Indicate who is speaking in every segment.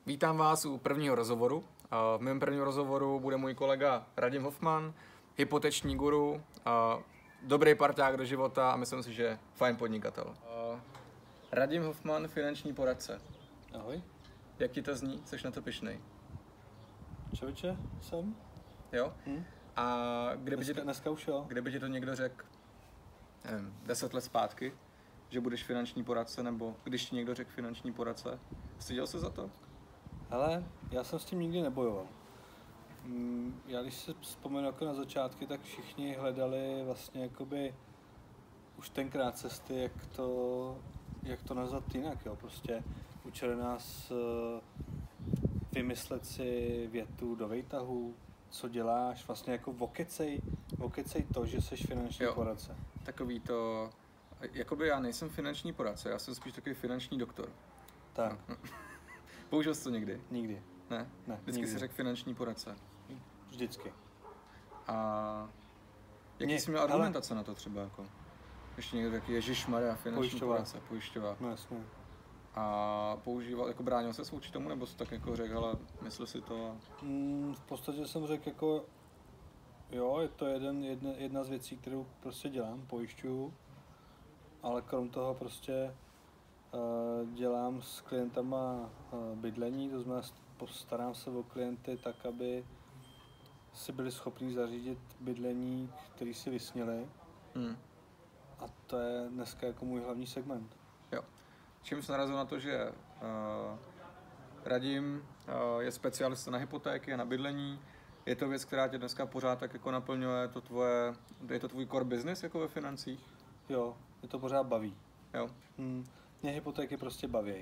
Speaker 1: Vítám vás u prvního rozhovoru. V mém prvním rozhovoru bude můj kolega Radim Hoffman, hypoteční guru, dobrý parťák do života a myslím si, že fajn podnikatel. Radim Hoffman, finanční poradce.
Speaker 2: Ahoj.
Speaker 1: Jak ti to zní? Jsi na to pyšnej?
Speaker 2: Čověče, jsem.
Speaker 1: Jo? A
Speaker 2: Dneska už jo.
Speaker 1: Kdyby ti to někdo řekl, nevím, 10 let zpátky, že budeš finanční poradce, nebo když ti někdo řekl finanční poradce, styděl jsi za to?
Speaker 2: Hele, já jsem s tím nikdy nebojoval. Já když se vzpomenu jako na začátky, tak všichni hledali vlastně jakoby už tenkrát cesty, jak to nazvat jinak, jo. Prostě učili nás vymyslet si větu do vejtahu, co děláš, vlastně jako vokecej to, že jsi finanční poradce.
Speaker 1: Takový to, jakoby já nejsem finanční poradce, já jsem spíš takový finanční doktor.
Speaker 2: Tak.
Speaker 1: Použil jsi to někdy?
Speaker 2: Nikdy.
Speaker 1: Ne? Vždycky jsi řekl finanční poradce.
Speaker 2: Vždycky.
Speaker 1: A jaký jsi měl argumentace na to třeba jako? Ještě někdo řekl, ježišmarja, finanční poradce, pojišťovák.
Speaker 2: No jasně.
Speaker 1: A používal, jako bránil se vůči tomu, nebo jsi tak jako řekl, ale myslel si to?
Speaker 2: V podstatě jsem řekl jako, jo, je to jedna z věcí, kterou prostě dělám, pojišťuju, ale krom toho prostě dělám s klientama bydlení, to znamená postarám se o klienty tak, aby si byli schopni zařídit bydlení, který si vysněli. A to je dneska jako můj hlavní segment.
Speaker 1: Jo. Čím jsi narazil na to, že Radim je specialista na hypotéky a na bydlení. Je to věc, která tě dneska pořád tak jako naplňuje, je to tvůj core business jako ve financích?
Speaker 2: Jo, mě to pořád baví.
Speaker 1: Jo.
Speaker 2: Mě hypotéky prostě baví.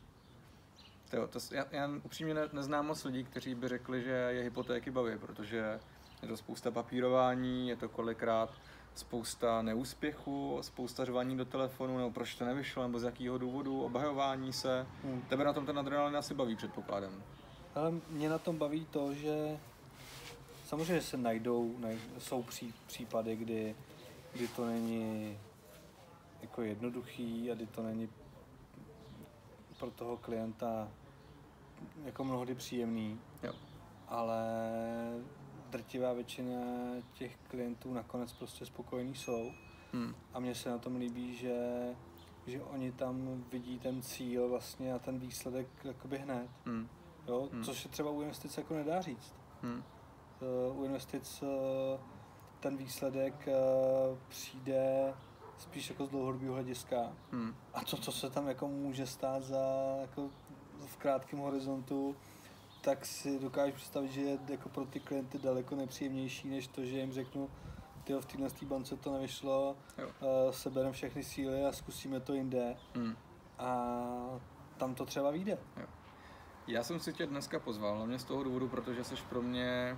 Speaker 1: Já upřímně neznám moc lidí, kteří by řekli, že je hypotéky baví, protože je to spousta papírování, je to kolikrát spousta neúspěchu, spousta řvání do telefonu, nebo proč to nevyšlo, nebo z jakého důvodu, obhajování se. Tebe na tom ten adrenalin asi baví, předpokládám.
Speaker 2: Ale mě na tom baví to, že samozřejmě se jsou případy, kdy to není jako jednoduchý a kdy to není pro toho klienta jako mnohdy příjemný.
Speaker 1: Jo.
Speaker 2: Ale drtivá většina těch klientů nakonec prostě spokojení jsou. A mně se na tom líbí, že oni tam vidí ten cíl vlastně a ten výsledek jakoby hned. Jo? Což se třeba u investic jako nedá říct. U investic ten výsledek přijde spíš jako z dlouhodobého hlediska. A to, co se tam jako může stát jako v krátkém horizontu, tak si dokážu představit, že je jako pro ty klienty daleko nepříjemnější, než to, že jim řeknu, v téhle bance to nevyšlo, sebereme všechny síly a zkusíme to jinde. A tam to třeba vyjde.
Speaker 1: Jo. Já jsem si tě dneska pozval, hlavně z toho důvodu, protože jsi pro mě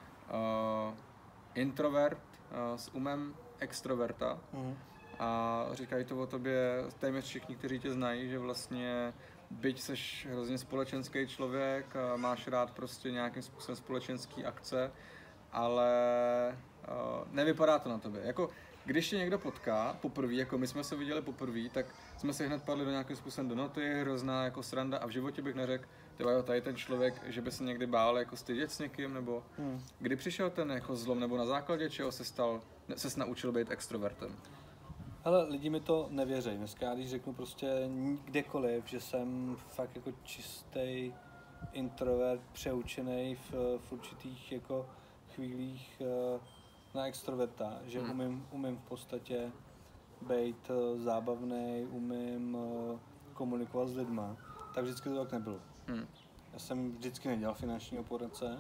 Speaker 1: introvert s umem extroverta. A říkají to o tobě téměř všichni, kteří tě znají, že vlastně byť seš hrozně společenský člověk a máš rád prostě nějakým způsobem společenský akce, ale nevypadá to na tobě. Jako, když tě někdo potká poprvé, jako my jsme se viděli poprvé, tak jsme se hned padli do nějakým způsobem do noty, je hrozná jako sranda a v životě bych neřekl, tady ten člověk, že by se někdy bál jako stydět s někým, nebo kdy přišel ten jako zlom, nebo na základě čeho ses naučil být extrovertem?
Speaker 2: Ale lidi mi to nevěří. Dneska, když řeknu prostě kdekoliv, že jsem fakt jako čistý introvert, přeučený v určitých jako chvílích na extroverta, že umím v podstatě být zábavný, umím komunikovat s lidma, tak vždycky to tak nebylo. Já jsem vždycky nedělal finančního poradce,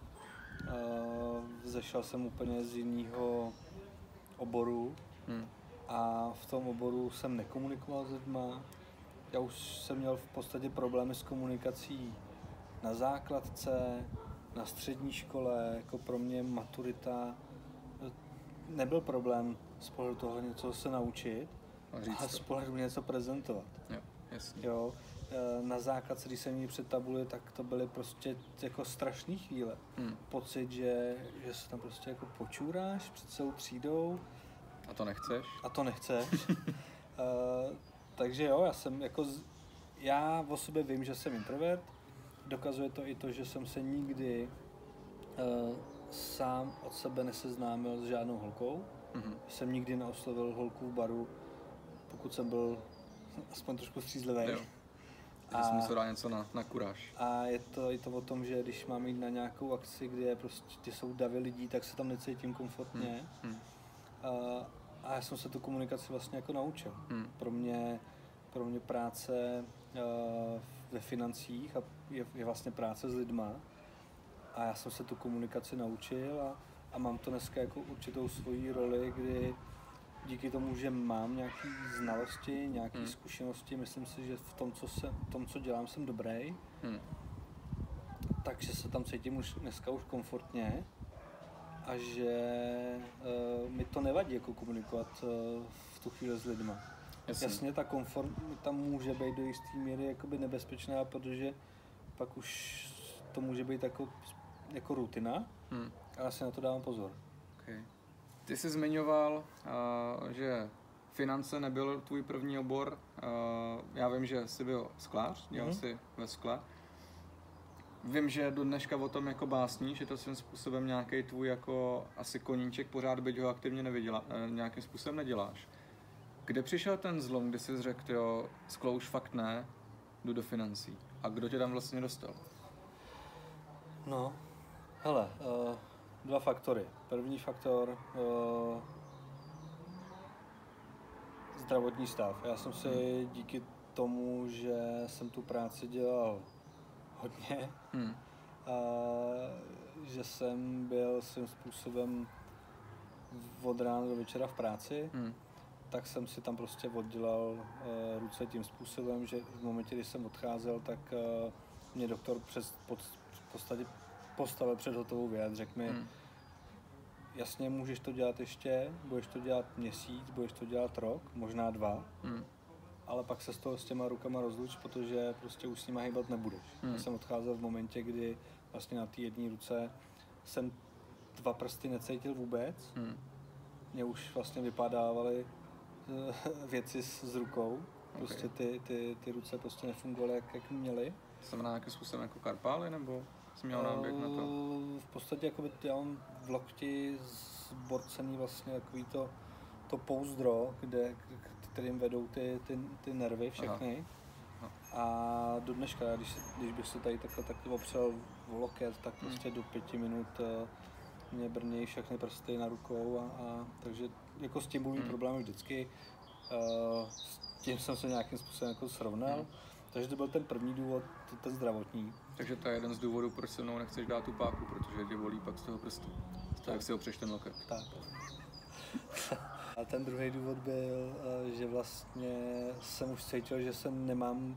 Speaker 2: zešel jsem úplně z jiného oboru, a v tom oboru jsem nekomunikoval s lidma. Já už jsem měl v podstatě problémy s komunikací na základce, na střední škole. Jako pro mě maturita nebyl problém z pohledu toho něco se naučit, ale z pohledu něco prezentovat.
Speaker 1: Jo, jasně.
Speaker 2: Jo, na základce, když jsem měl před tabuli, tak to byly prostě jako strašné chvíle. Pocit, že se tam prostě jako počůráš před celou třídou.
Speaker 1: A to nechceš.
Speaker 2: Takže jo, já o sobě vím, že jsem introvert. dokazuje to i to, že jsem se nikdy sám od sebe neseznámil s žádnou holkou. Jsem nikdy neoslovil holku v baru, pokud jsem byl aspoň trošku střízlivý.
Speaker 1: Takže jsem musel dát něco na kuráž.
Speaker 2: A je to o tom, že když mám jít na nějakou akci, kde prostě jsou davy lidí, tak se tam necítím komfortně. A já jsem se tu komunikaci vlastně jako naučil. Pro mě práce ve financích je vlastně práce s lidma. A já jsem se tu komunikaci naučil a mám to dneska jako určitou svoji roli, kdy díky tomu, že mám nějaké znalosti, nějaké zkušenosti, myslím si, že v tom, co dělám, jsem dobrý. Takže se tam cítím už dneska komfortně a že mi to nevadí jako komunikovat v tu chvíli s lidma. Jasně, ta komfort tam může být do jisté míry jakoby nebezpečná, protože pak už to může být jako rutina, a já si na to dávám pozor.
Speaker 1: Okay. Ty jsi zmiňoval, že finance nebyl tvůj první obor. Já vím, že jsi byl sklář, dělal jsi ve skle. Vím, že do dneška o tom jako básníš, je to svým způsobem nějaký tvůj jako asi koníček, pořád byť ho aktivně nějakým způsobem neděláš. Kde přišel ten zlom, kdy jsi řekl, jo, sklo už fakt ne, jdu do financí. A kdo tě tam vlastně dostal?
Speaker 2: No, hele, dva faktory. První faktor, zdravotní stav. Já jsem si díky tomu, že jsem tu práci dělal hodně, že jsem byl svým způsobem od rána do večera v práci, tak jsem si tam prostě oddělal ruce tím způsobem, že v momentě, kdy jsem odcházel, tak mě doktor v podstatě postavil před hotovou věc, řekl mi, jasně, můžeš to dělat ještě, budeš to dělat měsíc, budeš to dělat rok, možná 2, ale pak se z toho s těma rukama rozluč, protože prostě už s nima hýbat nebudeš. Já jsem odcházel v momentě, kdy vlastně na té jedné ruce jsem 2 prsty necítil vůbec. Mě už vlastně vypadávaly věci z rukou. Prostě ty ruce prostě nefungovaly, jak měly.
Speaker 1: To znamená nějakým způsobem jako karpály, nebo jsi měl náběh na to?
Speaker 2: V podstatě jakoby já mám v lokti zborcený vlastně takový to pouzdro, kterým vedou ty nervy všechny. A do dneška, když bych se tady takhle opřel v loket, tak prostě do 5 minut mě brnějí všechny prsty na rukou takže jako s tím budu mít problémy vždycky. S tím jsem se nějakým způsobem jako srovnal. Takže to byl ten první důvod, ten zdravotní.
Speaker 1: Takže to je jeden z důvodů, proč se mnou nechceš dát tu páku, protože tě bolí pak z toho prstu. Tak si opřeš ten loket.
Speaker 2: Tak. A ten druhý důvod byl, že vlastně jsem už cítil, že se nemám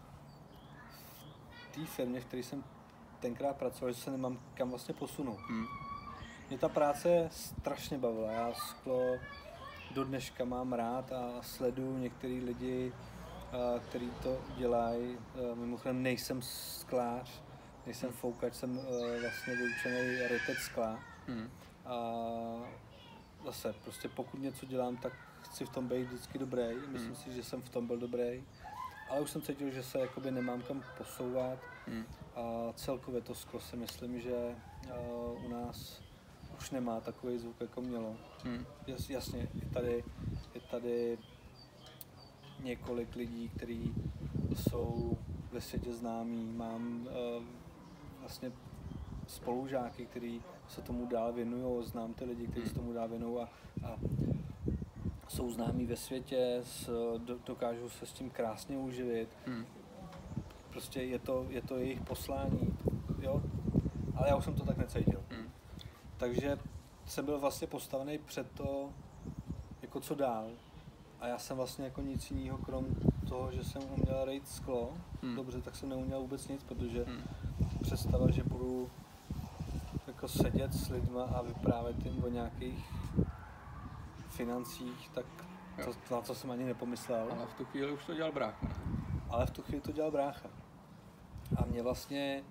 Speaker 2: v té firmě, v které jsem tenkrát pracoval, že se nemám kam vlastně posunout. Mě ta práce strašně bavila. Já sklo do dneška mám rád a sleduju některý lidi, který to dělají. Mimochodem nejsem sklář, nejsem foukač, jsem vlastně vyučený rytec skla. A zase, prostě pokud něco dělám, tak chci v tom být vždycky dobrý. Myslím si, že jsem v tom byl dobrý. Ale už jsem cítil, že se jakoby nemám kam posouvat. A celkově to sklo si myslím, že u nás už nemá takový zvuk, jako mělo. Jasně, je tady několik lidí, kteří jsou ve světě známí. Mám vlastně spolužáky, kteří se tomu dál věnují, znám ty lidi, kteří se tomu dál věnují a jsou známí ve světě, dokážou se s tím krásně uživit. Prostě je to jejich poslání, jo? Ale já už jsem to tak necítil. Takže jsem byl vlastně postavený před to, jako co dál. A já jsem vlastně jako nic jiného, krom toho, že jsem uměl rejt sklo, dobře, tak jsem neuměl vůbec nic, protože představa, že budu jako sedět s lidma a vyprávět jim o nějakých financích, tak na to jsem ani nepomyslel.
Speaker 1: Ale v tu chvíli už to dělal brácha.
Speaker 2: Ale v tu chvíli to dělal brácha. A mě vlastně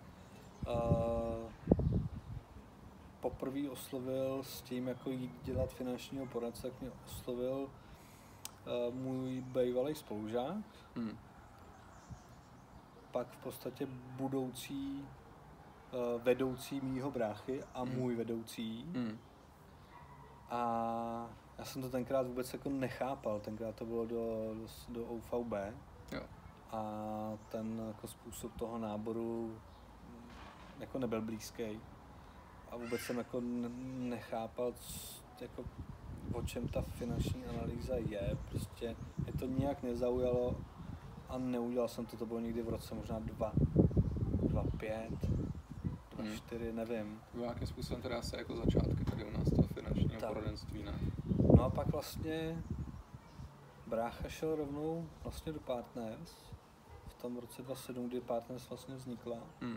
Speaker 2: poprvé oslovil s tím, jako jít dělat finančního poradce, tak mě oslovil můj bývalý spolužák. pak v podstatě budoucí vedoucí mýho bráchy a můj vedoucí. A já jsem to tenkrát vůbec jako nechápal, tenkrát to bylo do OVB.
Speaker 1: Jo.
Speaker 2: A ten jako způsob toho náboru jako nebyl blízký. A vůbec jsem jako nechápal, jako, o čem ta finanční analýza je. Prostě mě to nijak nezaujalo a neudělal jsem to bylo někdy v roce možná 2005, 2004, nevím.
Speaker 1: To bylo nějakým způsobem teda asi jako začátky tady u nás toho finančního poradenství, ne?
Speaker 2: No a pak vlastně brácha šel rovnou vlastně do Partners v tom roce 2007, kdy Partners vlastně vznikla.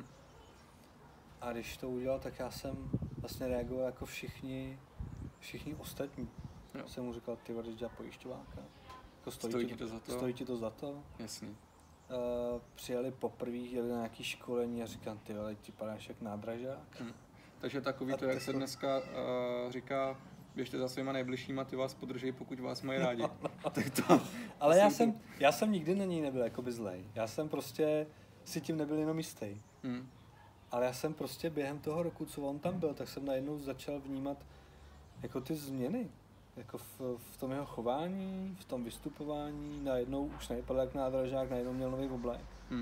Speaker 2: A když to udělal, tak já jsem vlastně reagoval jako všichni ostatní. Jo. Jsem mu říkal, ty vole, dělá pojišťováka. Jako stojí ti to za to? Stojí ti to za to?
Speaker 1: Jasně.
Speaker 2: Přijeli poprvé, jeli na nějaké školení a říkám, ty vole, ti padáš jak nádražák.
Speaker 1: Takže takový to, jak se dneska říká, běžte za svýma nejbližšíma, ty vás podržejí, pokud vás mají rádi. Tak to,
Speaker 2: ale já jsem nikdy na něj nebyl jakoby zlej. Já jsem prostě si tím nebyl jenom jistý. Ale já jsem prostě během toho roku, co on tam byl, tak jsem najednou začal vnímat jako ty změny. Jako v tom jeho chování, v tom vystupování, najednou už nevypadal jak nádražák, najednou měl nový oblek.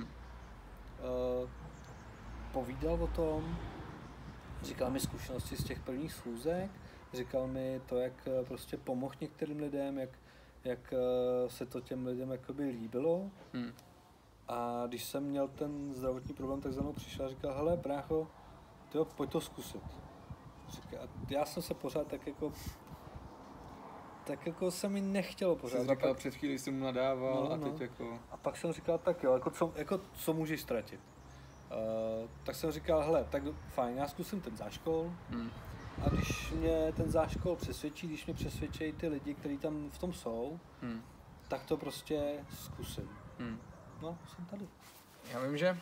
Speaker 2: Povídal o tom, říkal mi zkušenosti z těch prvních schůzek, říkal mi to, jak prostě pomohl některým lidem, jak se to těm lidem jakoby líbilo. A když jsem měl ten zdravotní problém, tak za mnou přišel a říkal, hele brácho, tyjo, pojď to zkusit. A já jsem se pořád tak jako se mi nechtělo pořád.
Speaker 1: Jsi říkal, před chvílí jsem mu nadával a teď jako...
Speaker 2: A pak jsem říkal, tak jo, co můžeš ztratit? Tak jsem říkal, hele, tak fajn, já zkusím ten záškol. A když mě ten záškol přesvědčí, když mě přesvědčí ty lidi, kteří tam v tom jsou, tak to prostě zkusím. No, jsem tady.
Speaker 1: Já vím, že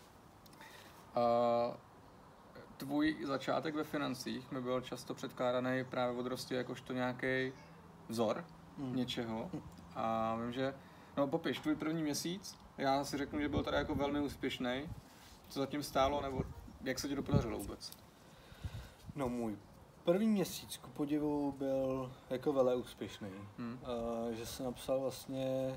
Speaker 1: tvůj začátek ve financích mi byl často předkládaný právě od Rosty jakožto nějaký vzor něčeho. A vím, že, no popiš, tvůj první měsíc, já si řeknu, že byl tady jako velmi úspěšný. Co zatím stálo, nebo jak se ti to podařilo vůbec?
Speaker 2: No můj první měsíc, ku podivu, byl jako vele úspěšný. Že jsem napsal vlastně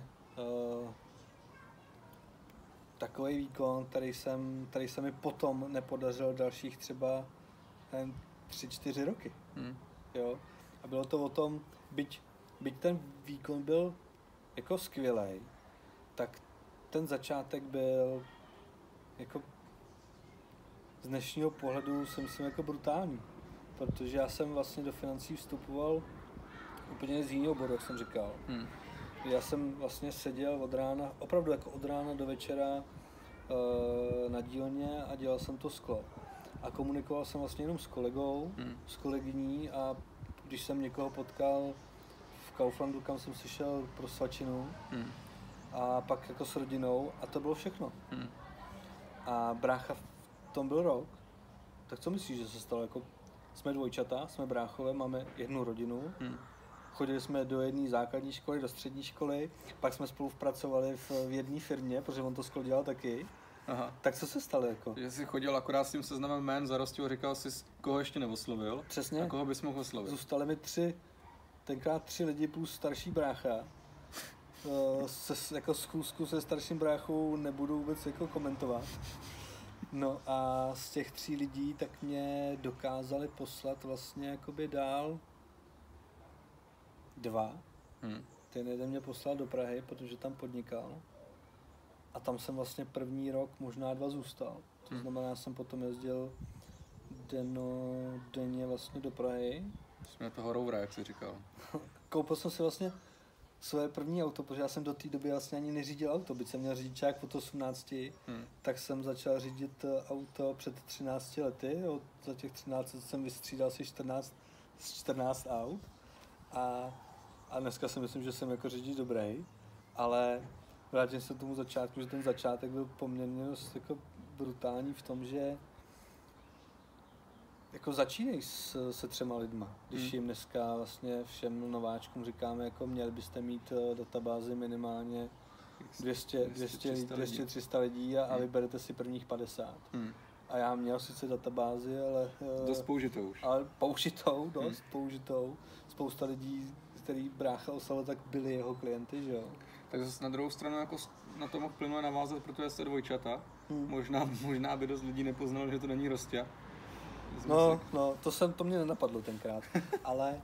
Speaker 2: takový výkon, který se mi potom nepodařil dalších třeba 3-4 roky. Jo? A bylo to o tom, byť ten výkon byl jako skvělej, tak ten začátek byl jako z dnešního pohledu si myslím jako brutální, protože já jsem vlastně do financí vstupoval úplně z jiného oboru, jak jsem říkal. Já jsem vlastně seděl opravdu jako od rána do večera na dílně a dělal jsem to sklo. A komunikoval jsem vlastně jenom s kolegou, s kolegyní a když jsem někoho potkal v Kauflandu, kam jsem si šel pro svačinu a pak jako s rodinou a to bylo všechno. A brácha v tom byl rok, tak co myslíš, že se stalo? Jako, jsme dvojčata, jsme bráchové, máme jednu rodinu, chodili jsme do jedné základní školy, do střední školy, pak jsme spolu pracovali v jedné firmě, protože on to sklo dělal taky. Aha. Tak co se stalo jako?
Speaker 1: Že jsi chodil akorát s tím seznamem jmén za Rostou, říkal jsi, koho ještě neoslovil.
Speaker 2: Přesně.
Speaker 1: A koho bys mohl oslovit.
Speaker 2: Zůstali mi tenkrát 3 lidi plus starší brácha. Jako schůzku se starším bráchou nebudu vůbec jako komentovat. No a z těch 3 lidí tak mě dokázali poslat vlastně jakoby dál 2. Ten jeden mě poslal do Prahy, protože tam podnikal. A tam jsem vlastně první rok, možná 2 zůstal. To znamená, já jsem potom jezdil denně vlastně do Prahy.
Speaker 1: Jsme toho roura, jak jsi říkal.
Speaker 2: Koupil jsem si vlastně své první auto, protože já jsem do té doby vlastně ani neřídil auto. Byť jsem měl řidičák od 18, tak jsem začal řídit auto před 13 lety. Za těch 13 let jsem vystřídal si 14 aut. A dneska si myslím, že jsem jako řidič dobrý, ale vrátím se k tomu začátku, že ten začátek byl poměrně dost jako brutální v tom, že jako začínej se 3 lidma. Když jim dneska vlastně všem nováčkům říkáme, jako měli byste mít databázi minimálně 200-300 lidí a vyberete si prvních 50. A já měl sice databázi, ale...
Speaker 1: Dost použitou už.
Speaker 2: Ale použitou. Spousta lidí, který brácha oslavil, tak byli jeho klienty, že jo.
Speaker 1: Tak zase na druhou stranu jako na to mohl plynule navázat, protože jste dvojčata. Možná by dost lidí nepoznalo, že to není Rostia.
Speaker 2: To mě nenapadlo tenkrát. Ale...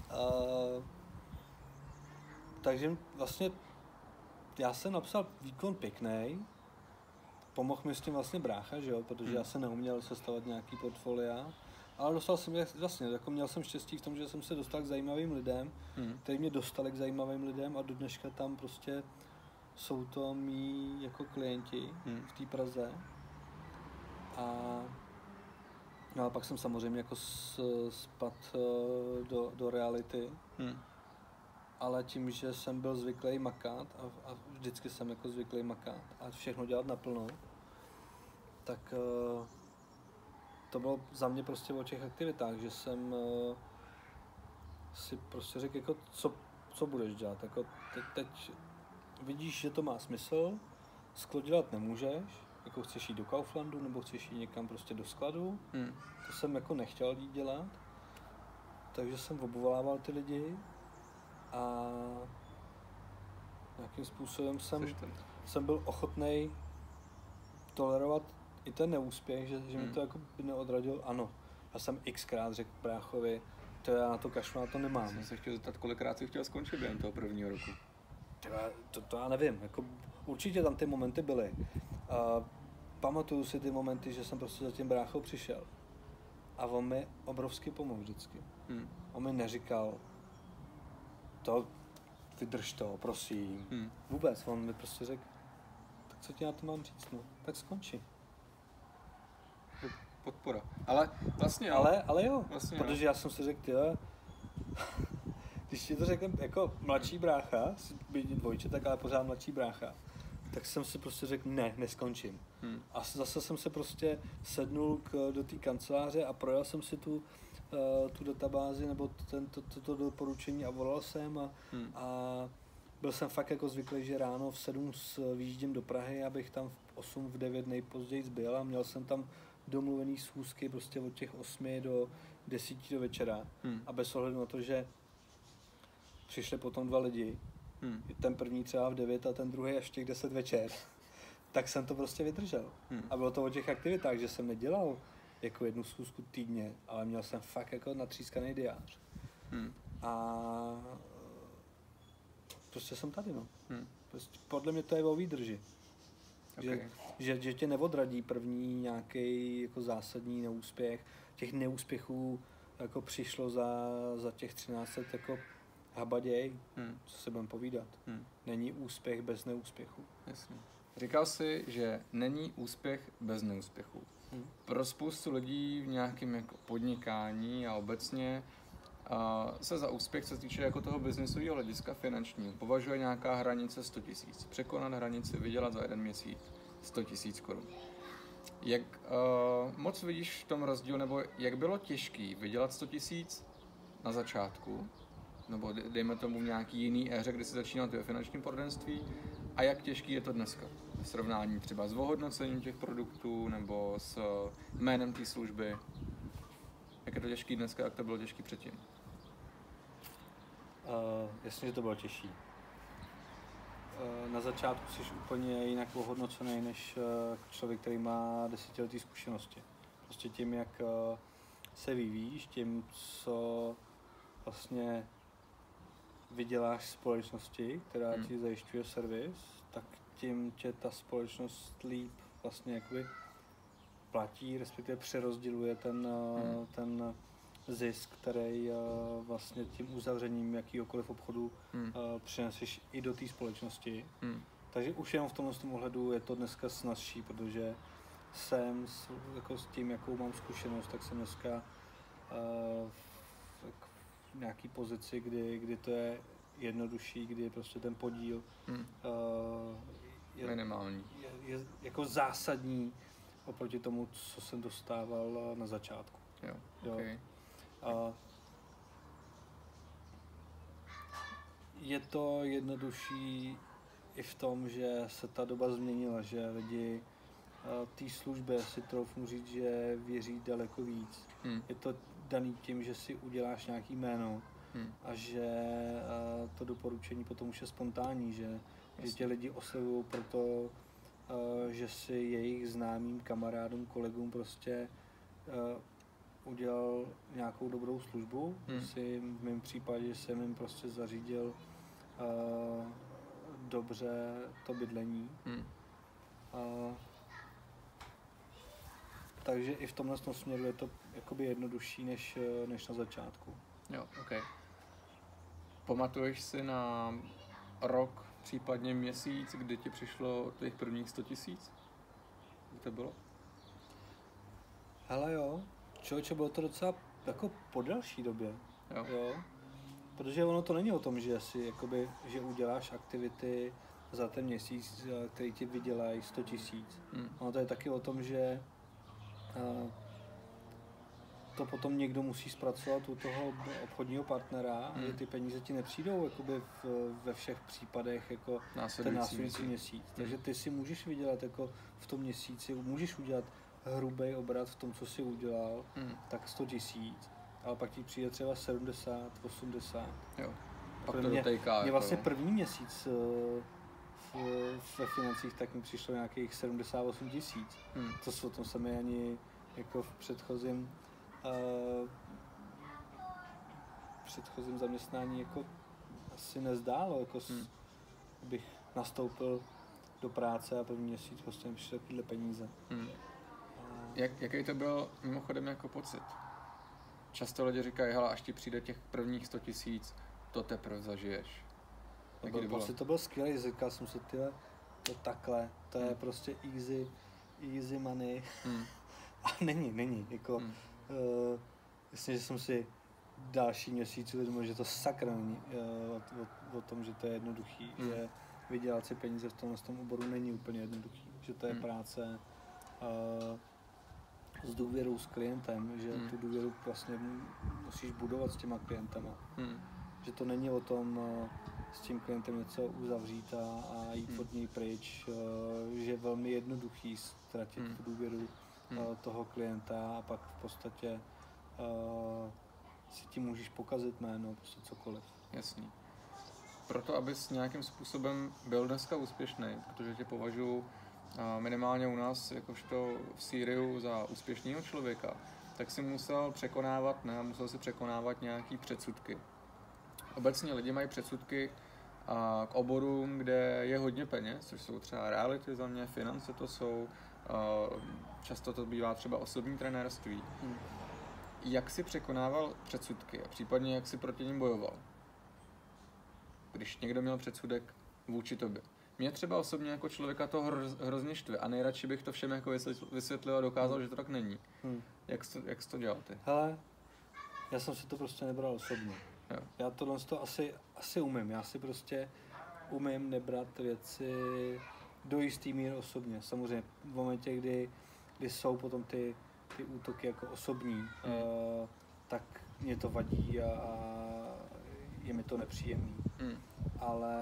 Speaker 2: takže vlastně já jsem napsal výkon pěkný. Pomohl mi s tím vlastně brácha, že jo, protože já jsem neuměl sestavovat nějaký portfolia. Ale dostal jsem, vlastně, jako měl jsem štěstí v tom, že jsem se dostal k zajímavým lidem, kteří mě dostali k zajímavým lidem a do dneška tam prostě jsou to mý jako klienti v té Praze. No a pak jsem samozřejmě jako spadl do reality. Ale tím, že jsem byl zvyklý makat a vždycky jsem jako zvyklý makat a všechno dělat naplno, tak to bylo za mě prostě o těch aktivitách, že jsem si prostě řekl, jako, co budeš dělat. Jako teď vidíš, že to má smysl, sklo dělat nemůžeš, jako chceš jít do Kauflandu nebo chceš jít někam prostě do skladu. To jsem jako nechtěl jít dělat, takže jsem obvolával ty lidi a nějakým způsobem jsem byl ochotnej tolerovat i ten neúspěch, že mi to jako by neodradil. Ano, já jsem xkrát řekl bráchovi, to já na to kašlu, na to nemám.
Speaker 1: Jsem se chtěl zeptat, kolikrát jsi chtěl skončit během toho prvního roku?
Speaker 2: To já nevím, jako určitě tam ty momenty byly. Pamatuju si ty momenty, že jsem prostě za tím bráchou přišel a on mi obrovsky pomohl vždycky. On mi neříkal, to vydrž to, prosím. Vůbec, on mi prostě řekl, tak co ti na to mám říct, no, tak skonči.
Speaker 1: Podpora. Ale vlastně jo.
Speaker 2: Ale jo,
Speaker 1: vlastně
Speaker 2: protože já jsem si řekl, když ti to řekl jako mladší brácha, byť dvojčetek, ale pořád mladší brácha, tak jsem si prostě řekl, ne, neskončím. A zase jsem se prostě sednul do té kanceláře a projel jsem si tu databázi nebo toto doporučení a volal jsem a byl jsem fakt jako zvyklý, že ráno v 7 vyjíždím do Prahy, abych tam v 8, v 9 nejpozději byl a měl jsem tam domluvený schůzky prostě od těch 8 do 10 do večera a bez ohledu na to, že přišli potom 2 lidi, ten první třeba v 9 a ten druhý až těch 10 večer, tak jsem to prostě vydržel. A bylo to o těch aktivitách, že jsem nedělal jako jednu schůzku týdně, ale měl jsem fakt jako natřískaný diář. A prostě jsem tady, no. Prostě podle mě to je o výdrži. Okay. Že tě neodradí první nějaký jako zásadní neúspěch. Těch neúspěchů jako přišlo za těch 13 let jako habaděj, co se budeme povídat. Není úspěch bez neúspěchu.
Speaker 1: Jasně. Říkal jsi, že není úspěch bez neúspěchu. Pro spoustu lidí v nějakém jako podnikání a obecně se za úspěch, co se týče jako toho biznisového hlediska finančního, považuje nějaká hranice 100 000. Překonat hranici, vydělat za 1 měsíc 100 000 korun. Jak moc vidíš v tom rozdíl, nebo jak bylo těžký vydělat 100 000 na začátku, nebo dejme tomu v nějaký jiný éře, kdy jsi začínal ve finančním poradenství, a jak těžký je to dneska? V srovnání třeba s ohodnocením těch produktů, nebo s jménem té služby. Jak je to těžký dneska, jak to bylo těžký předtím?
Speaker 2: Jasně, že to bylo těžší. Na začátku jsi úplně jinak ohodnocený než člověk, který má 10leté zkušenosti. Prostě tím, jak se vyvíjíš, tím, co vlastně vyděláš společnosti, která ti zajišťuje servis, tak tím tě ta společnost líp vlastně jakoby platí, respektive přerozděluje ten zisk, který vlastně tím uzavřením jakýhokoliv obchodu přineseš i do té společnosti. Takže už jenom v tomhle ohledu je to dneska snazší, protože jsem jako s tím, jakou mám zkušenost, tak jsem dneska v nějaký pozici, kdy to je jednodušší, kdy je prostě ten podíl
Speaker 1: je minimální.
Speaker 2: Je jako zásadní oproti tomu, co jsem dostával na začátku.
Speaker 1: Jo, okay.
Speaker 2: Je to jednodušší i v tom, že se ta doba změnila, že lidi té službě si troufnu říct, že věří daleko víc. Je to daný tím, že si uděláš nějaký jméno a že to doporučení potom už je spontánní, že tě lidi oslovují proto, že si jejich známým kamarádům, kolegům prostě udělal nějakou dobrou službu. Si v mém případě jsem jim prostě zařídil dobře to bydlení. Takže i v tomhle směru je to jakoby jednodušší než na začátku.
Speaker 1: Jo, ok. Pamatuješ si na rok, případně měsíc, kdy ti přišlo těch prvních 100 000? Kdy to bylo?
Speaker 2: Hele jo, člověče, bylo to docela jako po delší době. Jo. Protože ono to není o tom, že si jakoby, že uděláš aktivity za ten měsíc, který ti vydělají 100 000. Ono to je taky o tom, že to potom někdo musí zpracovat u toho obchodního partnera a že ty peníze ti nepřijdou jakoby ve všech případech jako ten následující měsíc. Takže ty si můžeš vydělat jako v tom měsíci, můžeš udělat hrubý obrat v tom, co jsi udělal, tak 100 000, ale pak ti přijde třeba 70, 80.
Speaker 1: Jo. Pak to dotejká.
Speaker 2: Mě vlastně první měsíc ve financích tak mi přišlo nějakých 78 000. To tom se mi ani jako v předchozím zaměstnání jako asi nezdálo, jako bych nastoupil do práce a první měsíc prostě mi přišly takovýhle peníze.
Speaker 1: Jaký to byl mimochodem jako pocit? Často lidi říkají, hele, až ti přijde těch prvních 100 000, to teprve zažiješ.
Speaker 2: To byl skvělý, říkal jsem si, tyhle, to takhle, to je prostě easy money. A není, jako, myslím, že jsem si další měsíc uvědomil, že to sakra není o tom, že to je jednoduchý, že vydělat si peníze v tom oboru není úplně jednoduchý, že to je práce s důvěrou s klientem, že tu důvěru vlastně musíš budovat s těma klientama. Že to není o tom s tím klientem něco uzavřít a jít od něj pryč, že je velmi jednoduchý ztratit tu důvěru toho klienta a pak v podstatě si tím můžeš pokazit jméno, prostě cokoliv.
Speaker 1: Jasný. Proto, abys nějakým způsobem byl dneska úspěšný, protože tě považuji minimálně u nás, jakožto v Siriu, za úspěšného člověka, tak si musel překonávat nějaký předsudky. Obecně lidi mají předsudky k oborům, kde je hodně peněz, což jsou třeba reality za mě, finance to jsou, často to bývá třeba osobní trenérství. Jak jsi překonával předsudky a případně jak jsi proti nim bojoval? Když někdo měl předsudek vůči tobě. Mě třeba osobně jako člověka to hrozně štve a nejradši bych to všem jako vysvětlil a dokázal, že to tak není. Jak jsi to dělal ty?
Speaker 2: Hele, já jsem si to prostě nebral osobně.
Speaker 1: Jo.
Speaker 2: Já tohle to asi umím. Já si prostě umím nebrat věci do jistý míry osobně. Samozřejmě v momentě, kdy jsou potom ty útoky jako osobní, tak mě to vadí a je mi to nepříjemný. Ale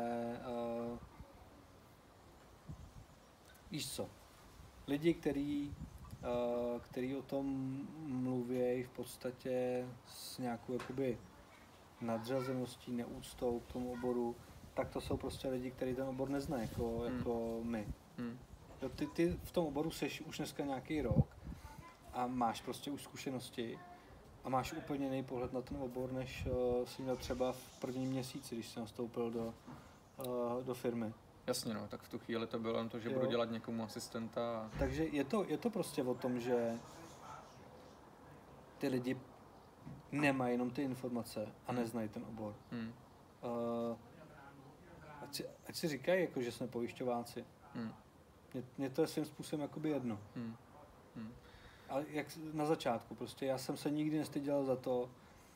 Speaker 2: víš co? Lidi, který o tom mluví v podstatě s nějakou jakoby nadřazeností, neúctou k tomu oboru, tak to jsou prostě lidi, kteří ten obor neznají, jako my. Jo, ty v tom oboru seš už dneska nějaký rok a máš prostě už zkušenosti a máš úplně jiný pohled na ten obor, než jsi měl třeba v prvním měsíci, když jsi nastoupil do firmy.
Speaker 1: Jasně, no, tak v tu chvíli to bylo jen to, že budu dělat někomu asistenta.
Speaker 2: Takže je to prostě o tom, že ty lidi nemají jenom ty informace a neznají ten obor. Ať si říkají, jako, že jsme pojišťováci. Mně to je svým způsobem jakoby jedno. Ale jak na začátku, prostě já jsem se nikdy nestyděl za to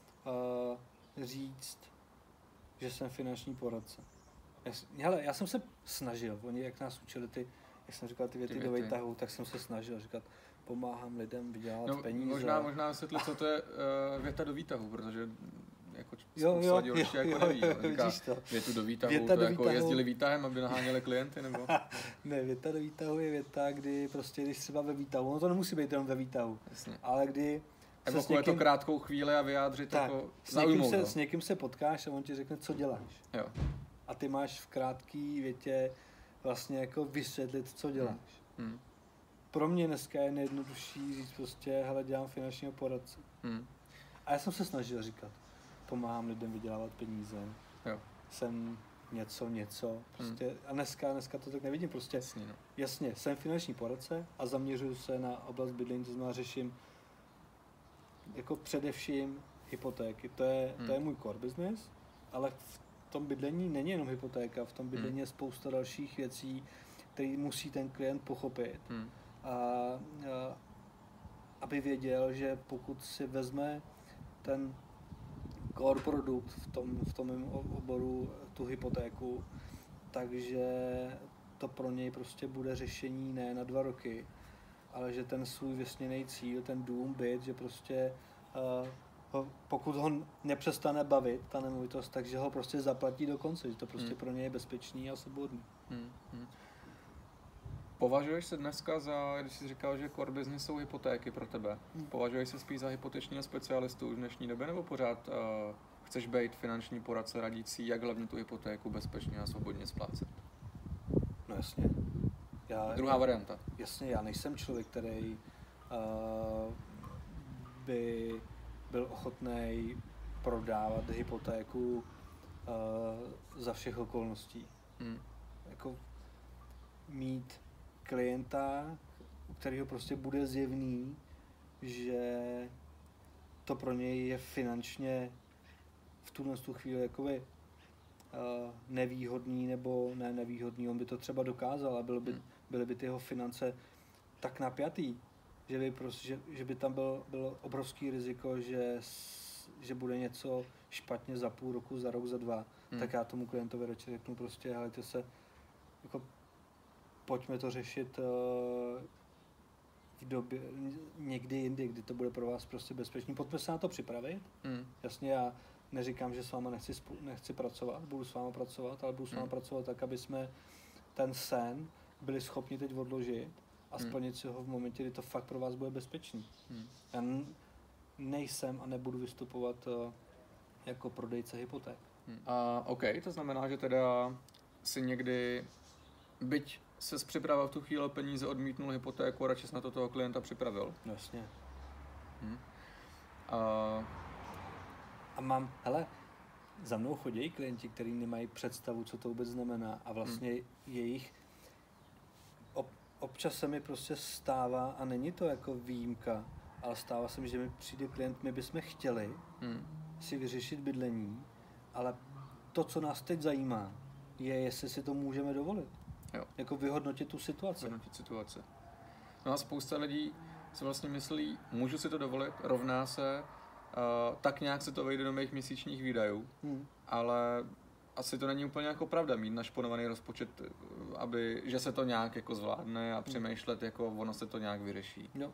Speaker 2: říct, že jsem finanční poradce. Já jsem se snažil, oni jak nás učili jak jsem říkal, ty věty do výtahu, tak jsem se snažil říkat, pomáhám lidem vydělat peníze.
Speaker 1: Možná vysvětlit, co to je věta do výtahu, protože jako spousta lidí určitě jako neví.
Speaker 2: Říká,
Speaker 1: větu do výtahu, to jako jezdili výtahem, aby naháněli klienty, nebo?
Speaker 2: Ne, věta do výtahu je věta, kdy prostě, když třeba ve výtahu, ono to nemusí být jenom ve výtahu,
Speaker 1: jasně.
Speaker 2: ale kdy
Speaker 1: evokuje to krátkou chvíli a vyjádřit
Speaker 2: tak,
Speaker 1: jako zaujmout.
Speaker 2: S někým se potkáš a on ti řekne, co děláš.
Speaker 1: Jo.
Speaker 2: A ty máš v krátký větě vlastně jako vysvětlit, co děláš. Pro mě dneska je nejjednodušší říct prostě, hele, dělám finančního poradce. A já jsem se snažil říkat, pomáhám lidem vydělávat peníze,
Speaker 1: jo.
Speaker 2: jsem něco, prostě, a dneska to tak nevidím, prostě, jasně, jsem finanční poradce a zaměřuju se na oblast bydlení, to znamená řeším jako především hypotéky, to je můj core business, ale v tom bydlení není jenom hypotéka, v tom bydlení je spousta dalších věcí, které musí ten klient pochopit. A aby věděl, že pokud si vezme ten core produkt v tom mém oboru, tu hypotéku, takže to pro něj prostě bude řešení ne na 2 roky, ale že ten svůj vysněný cíl, ten dům, byt, že prostě pokud ho nepřestane bavit, ta nemovitost, takže ho prostě zaplatí do konce, že to prostě pro něj je bezpečný a svobodný.
Speaker 1: Považuješ se dneska za, když jsi říkal, že core business jsou hypotéky pro tebe, považuješ se spíš za hypotečního specialistu v dnešní době, nebo pořád chceš být finanční poradce radící, jak hlavně tu hypotéku bezpečně a svobodně splácet?
Speaker 2: No jasně.
Speaker 1: Druhá varianta.
Speaker 2: Jasně, já nejsem člověk, který by byl ochotný prodávat hypotéku za všech okolností. Jako mít klienta, u kterého prostě bude zjevný, že to pro něj je finančně v tu chvíli jakoby nevýhodný, nebo ne nevýhodný, on by to třeba dokázal a byly by ty jeho finance tak napjatý, že by tam bylo obrovský riziko, že bude něco špatně za půl roku, za rok, za 2, tak já tomu klientovi radši řeknu prostě, helejte se, jako pojďme to řešit v době, někdy jindy, kdy to bude pro vás prostě bezpečný. Pojďme se na to připravit. Jasně, já neříkám, že s váma nechci pracovat, budu s váma pracovat, ale budu s váma pracovat tak, aby jsme ten sen byli schopni teď odložit a splnit si ho v momentě, kdy to fakt pro vás bude bezpečný. Já nejsem a nebudu vystupovat jako prodejce hypoték.
Speaker 1: OK, to znamená, že teda si někdy, byť ses připravil v tu chvíli peníze, odmítnul hypotéku a radši jsi na to toho klienta připravil.
Speaker 2: Jasně. A mám, hele, za mnou chodí klienti, kteří nemají představu, co to vůbec znamená a vlastně jejich občas se mi prostě stává, a není to jako výjimka, ale stává se mi, že mi přijde klient, my bychom chtěli si vyřešit bydlení, ale to, co nás teď zajímá, je, jestli si to můžeme dovolit.
Speaker 1: Jo.
Speaker 2: Jako vyhodnotit tu situaci.
Speaker 1: No a spousta lidí si vlastně myslí, můžu si to dovolit, rovná se, tak nějak se to vejde do mých měsíčních výdajů, ale asi to není úplně jako pravda mít našponovaný rozpočet, že se to nějak jako zvládne a přemýšlet, jako ono se to nějak vyřeší.
Speaker 2: No.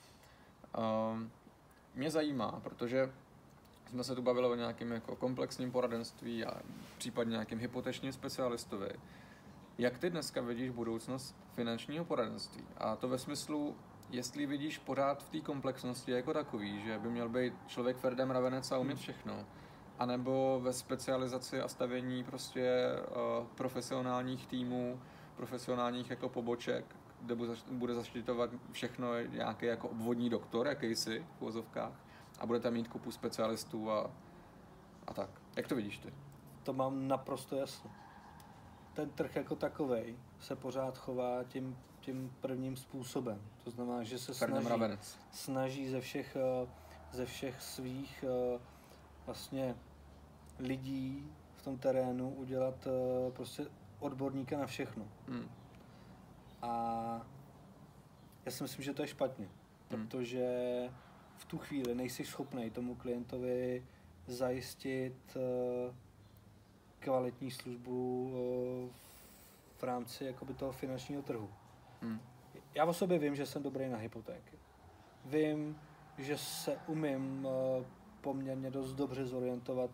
Speaker 1: Mě zajímá, protože jsme se tu bavili o nějakém jako komplexním poradenství a případně nějakým hypotečním specialistovi. Jak ty dneska vidíš budoucnost finančního poradenství? A to ve smyslu, jestli vidíš pořád v té komplexnosti jako takový, že by měl být člověk Ferdem Ravenec a umět všechno, anebo ve specializaci a stavění prostě profesionálních týmů, profesionálních jako poboček, kde bude zaštiťovat všechno nějaký jako obvodní doktor, jakýsi v uvozovkách, a budete mít kupu specialistů a tak. Jak to vidíš ty?
Speaker 2: To mám naprosto jasno. Ten trh jako takovej se pořád chová tím prvním způsobem. To znamená, že se snaží ze všech svých vlastně lidí v tom terénu udělat prostě odborníka na všechno. A já si myslím, že to je špatně, protože v tu chvíli nejsi schopný tomu klientovi zajistit kvalitní službu v rámci jakoby toho finančního trhu. Já o sobě vím, že jsem dobrý na hypotéky. Vím, že se umím poměrně dost dobře zorientovat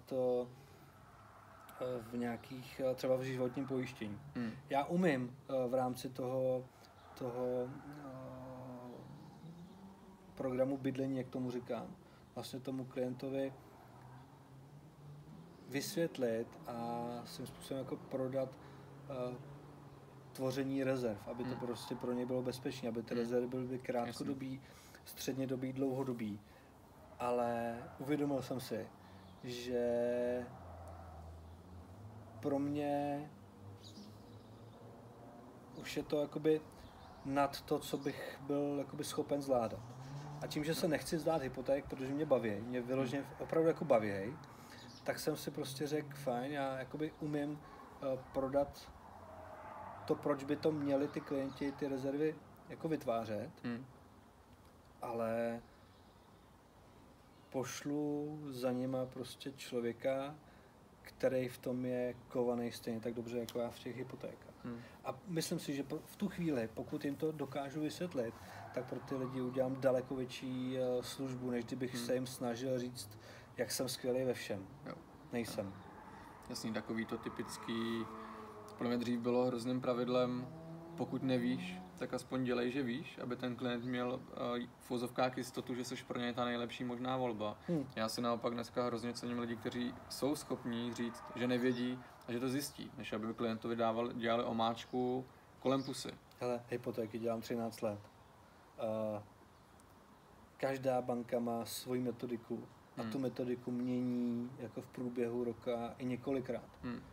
Speaker 2: v nějakých, třeba v životním pojištění. Já umím v rámci toho programu bydlení, jak tomu říkám, vlastně tomu klientovi vysvětlit a svým způsobem jako prodat tvoření rezerv, aby to prostě pro ně bylo bezpečné, aby ty rezervy byly krátkodobý, střednědobý, dlouhodobý. Ale uvědomil jsem si, že pro mě už je to jakoby nad to, co bych byl jakoby schopen zvládat. A tím, že se nechci zdát hypoték, protože mě baví, mě vyloženě opravdu jako baví, tak jsem si prostě řekl, fajn, já jakoby umím prodat to, proč by to měli ty klienti, ty rezervy jako vytvářet, ale pošlu za nima prostě člověka, který v tom je kovaný stejně tak dobře jako já v těch hypotékách. A myslím si, že v tu chvíli, pokud jim to dokážu vysvětlit, tak pro ty lidi udělám daleko větší službu, než kdybych se jim snažil říct, jak jsem skvělý ve všem.
Speaker 1: Jo.
Speaker 2: Nejsem.
Speaker 1: Jasný, takový to typický, pro mě dřív bylo hrozným pravidlem, pokud nevíš, tak aspoň dělej, že víš, aby ten klient měl v uvozovkách jistotu, že jsi pro něj ta nejlepší možná volba. Já si naopak dneska hrozně cením lidi, kteří jsou schopní říct, že nevědí a že to zjistí, než aby klientovi dělali omáčku kolem pusy.
Speaker 2: Hele, hypotéky dělám 13 let. Každá banka má svoji metodiku a tu metodiku mění jako v průběhu roka i několikrát.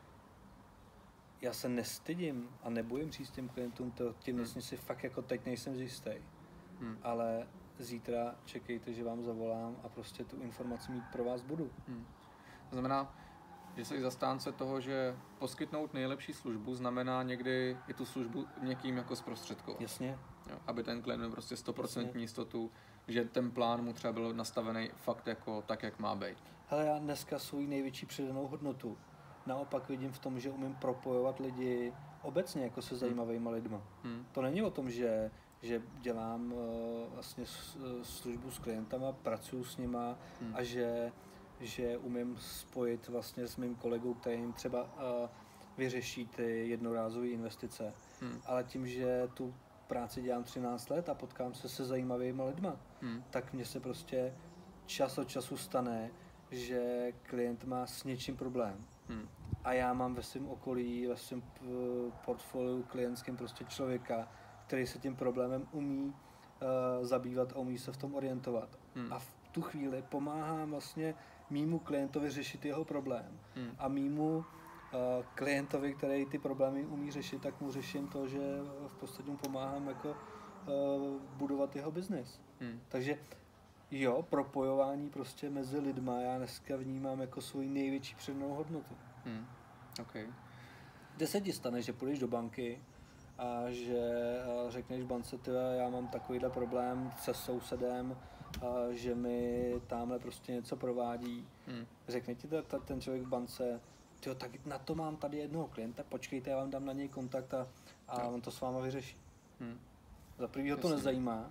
Speaker 2: Já se nestydím a nebojím říct těm klientům, tím vlastně si fakt jako teď nejsem jistý. Ale zítra čekejte, že vám zavolám a prostě tu informaci mít pro vás budu.
Speaker 1: To znamená, že jsi zastánce toho, že poskytnout nejlepší službu znamená někdy i tu službu někým jako zprostředkovat.
Speaker 2: Jasně.
Speaker 1: Jo, aby ten klient měl prostě 100% jistotu, že ten plán mu třeba byl nastavený fakt jako tak, jak má být.
Speaker 2: Hele, já dneska svou největší přidanou hodnotu naopak vidím v tom, že umím propojovat lidi obecně jako se zajímavýma lidma. To není o tom, že dělám vlastně službu s klientama, pracuji s nima a že umím spojit vlastně s mým kolegou, který jim třeba vyřeší ty jednorázové investice. Ale tím, že tu práci dělám 13 let a potkám se zajímavými lidma, tak mně se prostě čas od času stane, že klient má s něčím problém. A já mám ve svém okolí, ve svém portfoliu klientským prostě člověka, který se tím problémem umí zabývat a umí se v tom orientovat. A v tu chvíli pomáhám vlastně mýmu klientovi řešit jeho problém. A mýmu klientovi, který ty problémy umí řešit, tak mu řeším to, že v podstatě mu pomáhám jako budovat jeho biznis. Takže jo, propojování prostě mezi lidma já dneska vnímám jako svoji největší přidanou hodnotu.
Speaker 1: Okay.
Speaker 2: Kde se ti stane, že půjdeš do banky a že řekneš bance, já mám takovýhle problém se sousedem, že mi tamhle prostě něco provádí. Řekne ti ten člověk v bance, tak na to mám tady jednoho klienta, počkejte, já vám dám na něj kontakt a on to s váma vyřeší. Za prvýho to nezajímá,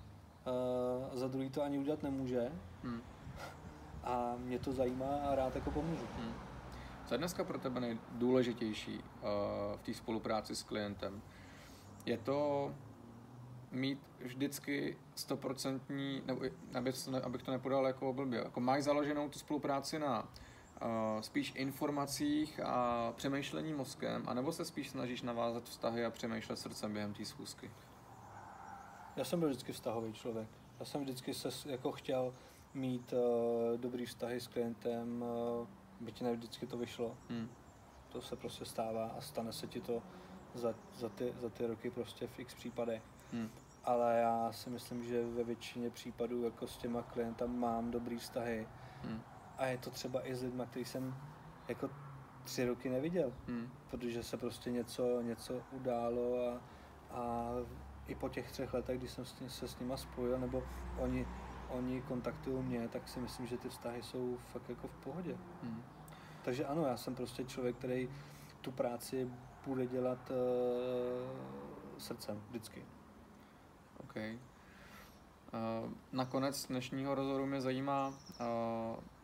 Speaker 2: za druhý to ani udělat nemůže a mě to zajímá a rád jako pomůžu.
Speaker 1: Co je dneska pro tebe nejdůležitější v té spolupráci s klientem? Je to mít vždycky 100%, nebo abych to nepodal jako blbě, jako máš založenou tu spolupráci na spíš informacích a přemýšlení mozkem, anebo se spíš snažíš navázat vztahy a přemýšlet srdcem během té schůzky?
Speaker 2: Já jsem byl vždycky vztahový člověk. Já jsem vždycky jako chtěl mít dobrý vztahy s klientem, byť ne vždycky to vyšlo. To se prostě stává a stane se ti to za ty roky prostě v x případech. Ale já si myslím, že ve většině případů jako s těma klientama mám dobrý vztahy. A je to třeba i s lidma, který jsem jako 3 roky neviděl. Protože se prostě něco událo a i po těch 3 letech, když jsem se s nima spojil, nebo oni kontaktují mě, tak si myslím, že ty vztahy jsou fakt jako v pohodě. Takže ano, já jsem prostě člověk, který tu práci bude dělat srdcem, vždycky.
Speaker 1: OK. Nakonec dnešního rozhovoru mě zajímá,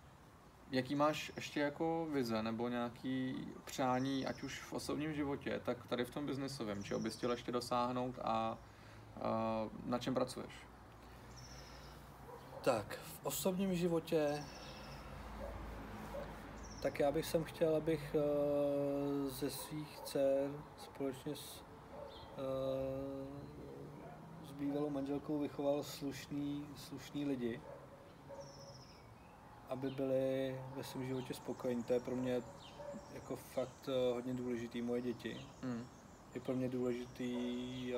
Speaker 1: jaký máš ještě jako vize nebo nějaký přání, ať už v osobním životě, tak tady v tom biznesovém, čeho bys chtěl ještě dosáhnout a na čem pracuješ?
Speaker 2: Tak, v osobním životě, tak já bych chtěl, abych ze svých dcer společně s bývalou manželkou vychoval slušný lidi, aby byli ve svém životě spokojení. To je pro mě jako fakt hodně důležitý, moje děti. Je pro mě důležitý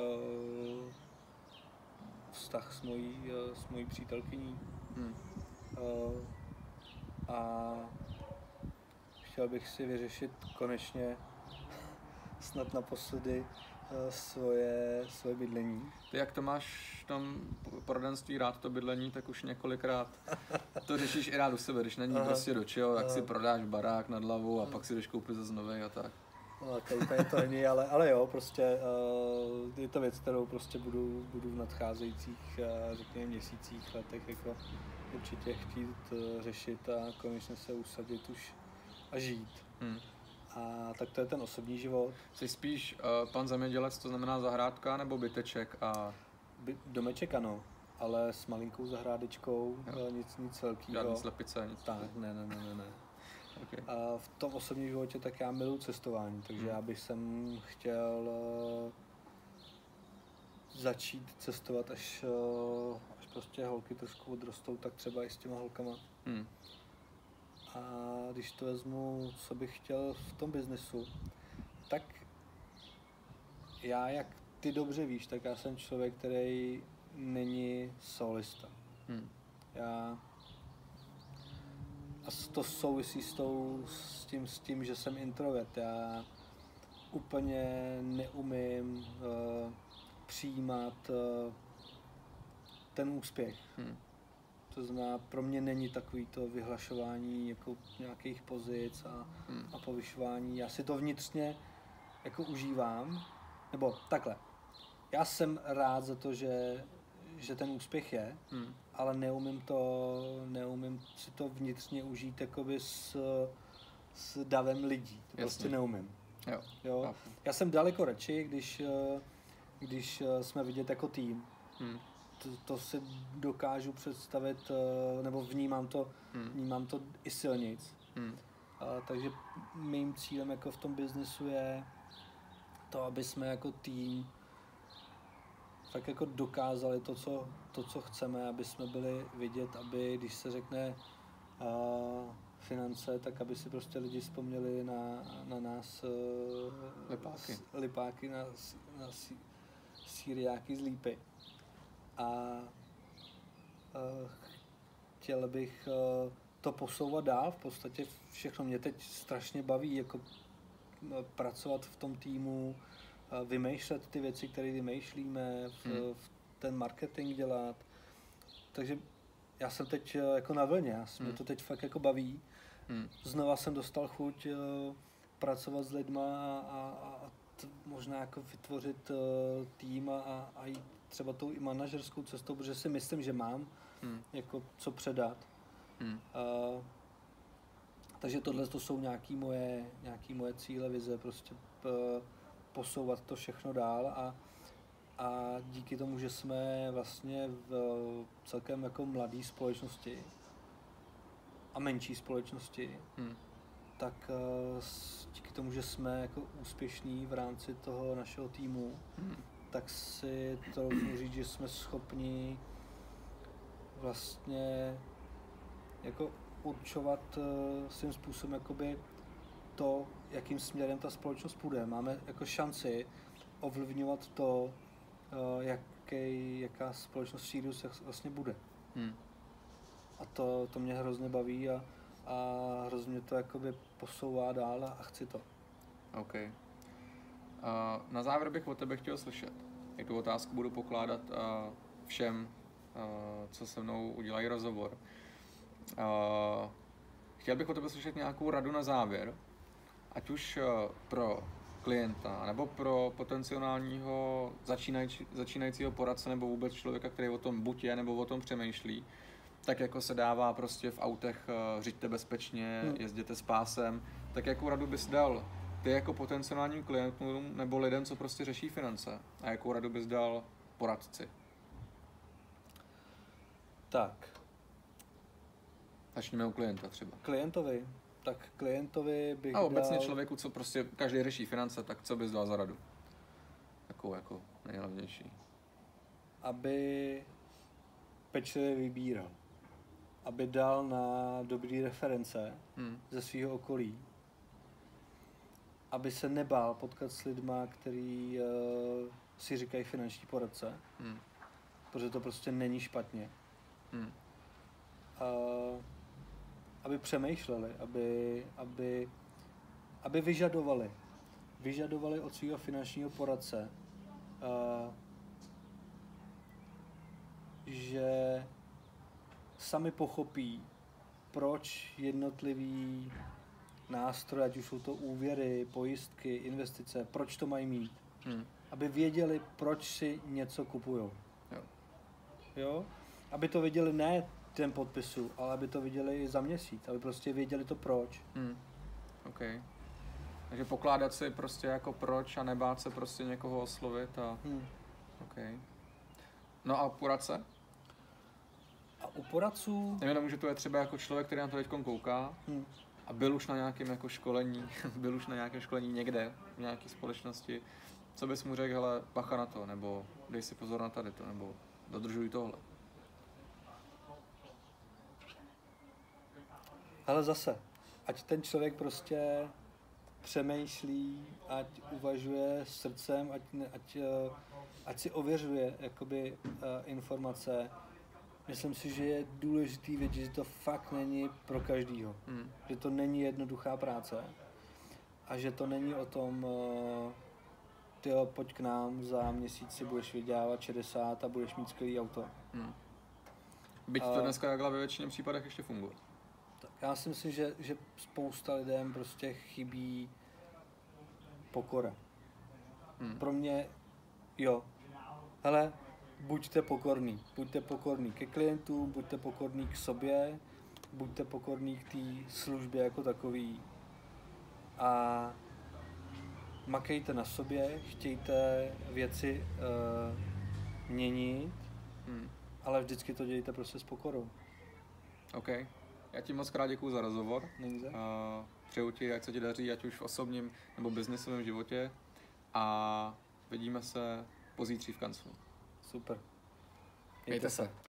Speaker 2: vztah s mojí přítelkyní. A chtěl bych si vyřešit konečně snad naposledy svoje bydlení.
Speaker 1: Ty jak to máš v tom poradenství rád to bydlení, tak už několikrát to řešíš i rád u sebe, když není prostě do čeho, tak si prodáš barák nad hlavou a pak si jdeš koupit zase novej a tak.
Speaker 2: No, to úplně to není, ale jo, prostě je to věc, kterou prostě budu v nadcházejících, řekněme, měsících, letech jako určitě chtít řešit a konečně se usadit už a žít. A tak to je ten osobní život.
Speaker 1: Jsi spíš pan zemědělec, to znamená zahrádka nebo byteček a...
Speaker 2: Domeček ano, ale s malinkou zahrádečkou, nic velkého.
Speaker 1: Žádný slepice, nic.
Speaker 2: Tak, ne. Okay. A v tom osobním životě tak já miluji cestování, takže já bych sem chtěl začít cestovat, až prostě holky trošku odrostou, tak třeba i s těma holkama. A když to vezmu, co bych chtěl v tom biznesu, tak já, jak ty dobře víš, tak já jsem člověk, který není solista. A to souvisí s tím, že jsem introvert. Já úplně neumím přijímat ten úspěch. To znamená, pro mě není takový to vyhlašování jako nějakých pozic a povyšování. Já si to vnitřně jako užívám, nebo takhle. Já jsem rád za to, že ten úspěch je, ale neumím si to vnitřně užít jakoby s davem lidí. To prostě neumím. Jo. Já jsem daleko radši, když jsme vidět jako tým. To si dokážu představit, nebo vnímám to i silnic. Takže mým cílem jako v tom biznesu je to, aby jsme jako tým tak jako dokázali to, co chceme, aby jsme byli vidět, aby když se řekne finance, tak aby si prostě lidi vzpomněli na nás lipáky na Sýriáky z Lípy. A chtěl bych to posouvat dál, v podstatě všechno mě teď strašně baví, jako pracovat v tom týmu, vymýšlet ty věci, které vymýšlíme, ten marketing dělat. Takže já jsem teď jako na vlně, mě to teď fakt jako baví. Znova jsem dostal chuť pracovat s lidma a možná jako vytvořit tým a jít třeba tou i manažerskou cestou, protože si myslím, že mám jako co předat. Takže tohle to jsou nějaký moje cíle, vize, prostě posouvat to všechno dál a díky tomu, že jsme vlastně v celkem jako mladé společnosti a menší společnosti, tak díky tomu, že jsme jako úspěšní v rámci toho našeho týmu, tak si to říct, že jsme schopni vlastně jako určovat svým způsobem jakoby to, jakým směrem ta společnost půjde. Máme jako šanci ovlivňovat to, jaká společnost Sirius vlastně bude. A to mě hrozně baví a hrozně to jakoby posouvá dál a chci to.
Speaker 1: OK. Na závěr bych od tebe chtěl slyšet. Jak tu otázku budu pokládat všem, co se mnou udělají rozhovor. Chtěl bych od tebe slyšet nějakou radu na závěr, ať už pro klienta, nebo pro potenciálního začínajícího poradce, nebo vůbec člověka, který o tom buď je, nebo o tom přemýšlí. tak jako se dává prostě v autech řiďte bezpečně, jezděte s pásem, tak jakou radu bys dal ty jako potenciálním klientům nebo lidem, co prostě řeší finance? A jakou radu bys dal poradci?
Speaker 2: Tak.
Speaker 1: Začněme u klienta třeba.
Speaker 2: Klientovi bych
Speaker 1: a obecně
Speaker 2: dal...
Speaker 1: člověku, co prostě každý řeší finance, tak co bys dal za radu? Jako nejhlavnější.
Speaker 2: Aby pečlivě vybíral. Aby dal na dobrý reference ze svého okolí. Aby se nebál potkat s lidma, který si říkají finanční poradce. Protože to prostě není špatně. Aby přemýšleli, aby vyžadovali od svého finančního poradce, že sami pochopí, proč jednotlivý nástroje, ať už jsou to úvěry, pojistky, investice, proč to mají mít. Aby věděli, proč si něco kupujou. Jo? Aby to věděli ne den podpisu, ale aby to viděli i za měsíc, aby prostě věděli to proč.
Speaker 1: OK. Takže pokládat si prostě jako proč a nebát se prostě někoho oslovit a... OK. No a poradce?
Speaker 2: A u poradců...
Speaker 1: Jenom, že to je třeba jako člověk, který na to teďkom kouká a byl už na nějakém jako školení, někde, v nějaké společnosti. Co bys mu řekl, hele, bacha na to, nebo dej si pozor na tady to, nebo dodržuj tohle.
Speaker 2: Ale zase, ať ten člověk prostě přemýšlí, ať uvažuje srdcem, ať si ověřuje jakoby, informace. Myslím si, že je důležitý vědět, že to fakt není pro každýho. Že to není jednoduchá práce a že to není o tom, tyjo, pojď k nám, za měsíc si budeš vydělávat 60 a budeš mít skvělý auto.
Speaker 1: Byť to dneska takhle ve většině případech ještě funguje.
Speaker 2: Já si myslím, že spousta lidem prostě chybí pokora. Pro mě, jo, hele, buďte pokorný ke klientům, buďte pokorný k sobě, buďte pokorný k té službě jako takový a makejte na sobě, chtějte věci měnit, ale vždycky to dějte prostě s pokorou.
Speaker 1: OK. Já ti moc krát děkuju za rozhovor. Přeju ti, ať se ti daří, ať už v osobním nebo biznesovém životě. A vidíme se pozítří v kanclu.
Speaker 2: Super.
Speaker 1: Mějte se.